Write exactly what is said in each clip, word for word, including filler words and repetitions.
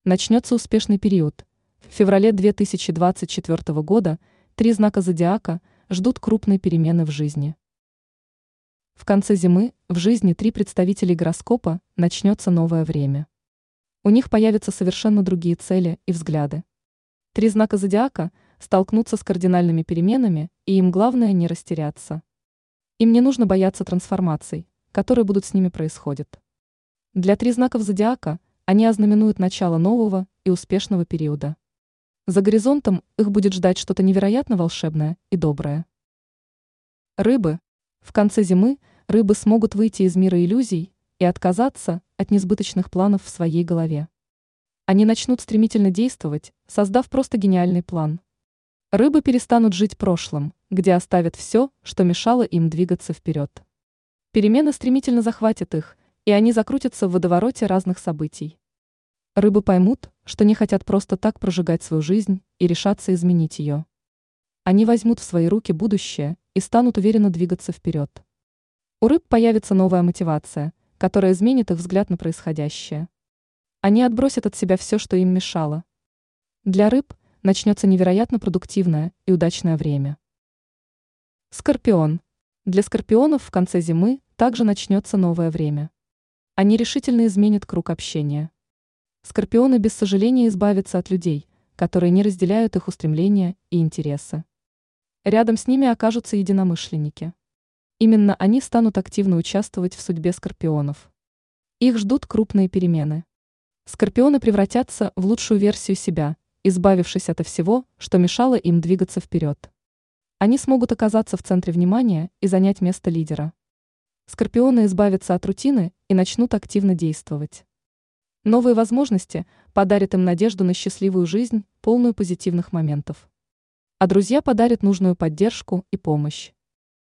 Начнется успешный период. В феврале две тысячи двадцать четвёртого года три знака зодиака ждут крупные перемены в жизни. В конце зимы в жизни три представителей гороскопа начнется новое время. У них появятся совершенно другие цели и взгляды. Три знака зодиака столкнутся с кардинальными переменами, и им главное не растеряться. Им не нужно бояться трансформаций, которые будут с ними происходить. Для три знаков зодиака они ознаменуют начало нового и успешного периода. За горизонтом их будет ждать что-то невероятно волшебное и доброе. Рыбы. В конце зимы рыбы смогут выйти из мира иллюзий и отказаться от несбыточных планов в своей голове. Они начнут стремительно действовать, создав просто гениальный план. Рыбы перестанут жить прошлым, где оставят все, что мешало им двигаться вперед. Перемены стремительно захватят их, и они закрутятся в водовороте разных событий. Рыбы поймут, что не хотят просто так прожигать свою жизнь и решаться изменить ее. Они возьмут в свои руки будущее и станут уверенно двигаться вперед. У рыб появится новая мотивация, которая изменит их взгляд на происходящее. Они отбросят от себя все, что им мешало. Для рыб начнется невероятно продуктивное и удачное время. Скорпион. Для скорпионов в конце зимы также начнется новое время. Они решительно изменят круг общения. Скорпионы без сожаления избавятся от людей, которые не разделяют их устремления и интересы. Рядом с ними окажутся единомышленники. Именно они станут активно участвовать в судьбе скорпионов. Их ждут крупные перемены. Скорпионы превратятся в лучшую версию себя, избавившись от всего, что мешало им двигаться вперед. Они смогут оказаться в центре внимания и занять место лидера. Скорпионы избавятся от рутины и начнут активно действовать. Новые возможности подарят им надежду на счастливую жизнь, полную позитивных моментов. А друзья подарят нужную поддержку и помощь.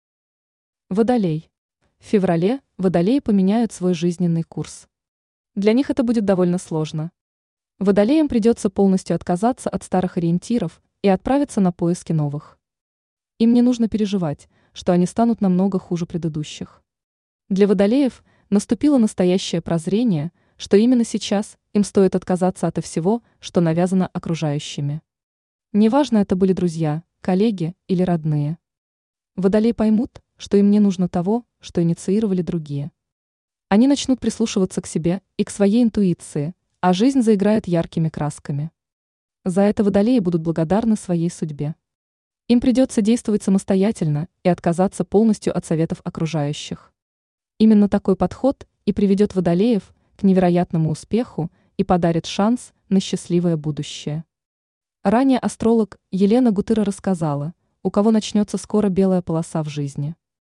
Водолей. В феврале водолеи поменяют свой жизненный курс. Для них это будет довольно сложно. Водолеям придется полностью отказаться от старых ориентиров и отправиться на поиски новых. Им не нужно переживать, что они станут намного хуже предыдущих. Для водолеев наступило настоящее прозрение, что именно сейчас им стоит отказаться от всего, что навязано окружающими. Неважно, это были друзья, коллеги или родные. Водолеи поймут, что им не нужно того, что инициировали другие. Они начнут прислушиваться к себе и к своей интуиции, а жизнь заиграет яркими красками. За это водолеи будут благодарны своей судьбе. Им придется действовать самостоятельно и отказаться полностью от советов окружающих. Именно такой подход и приведет водолеев к невероятному успеху и подарит шанс на счастливое будущее. Ранее астролог Елена Гутыра рассказала, у кого начнется скоро белая полоса в жизни.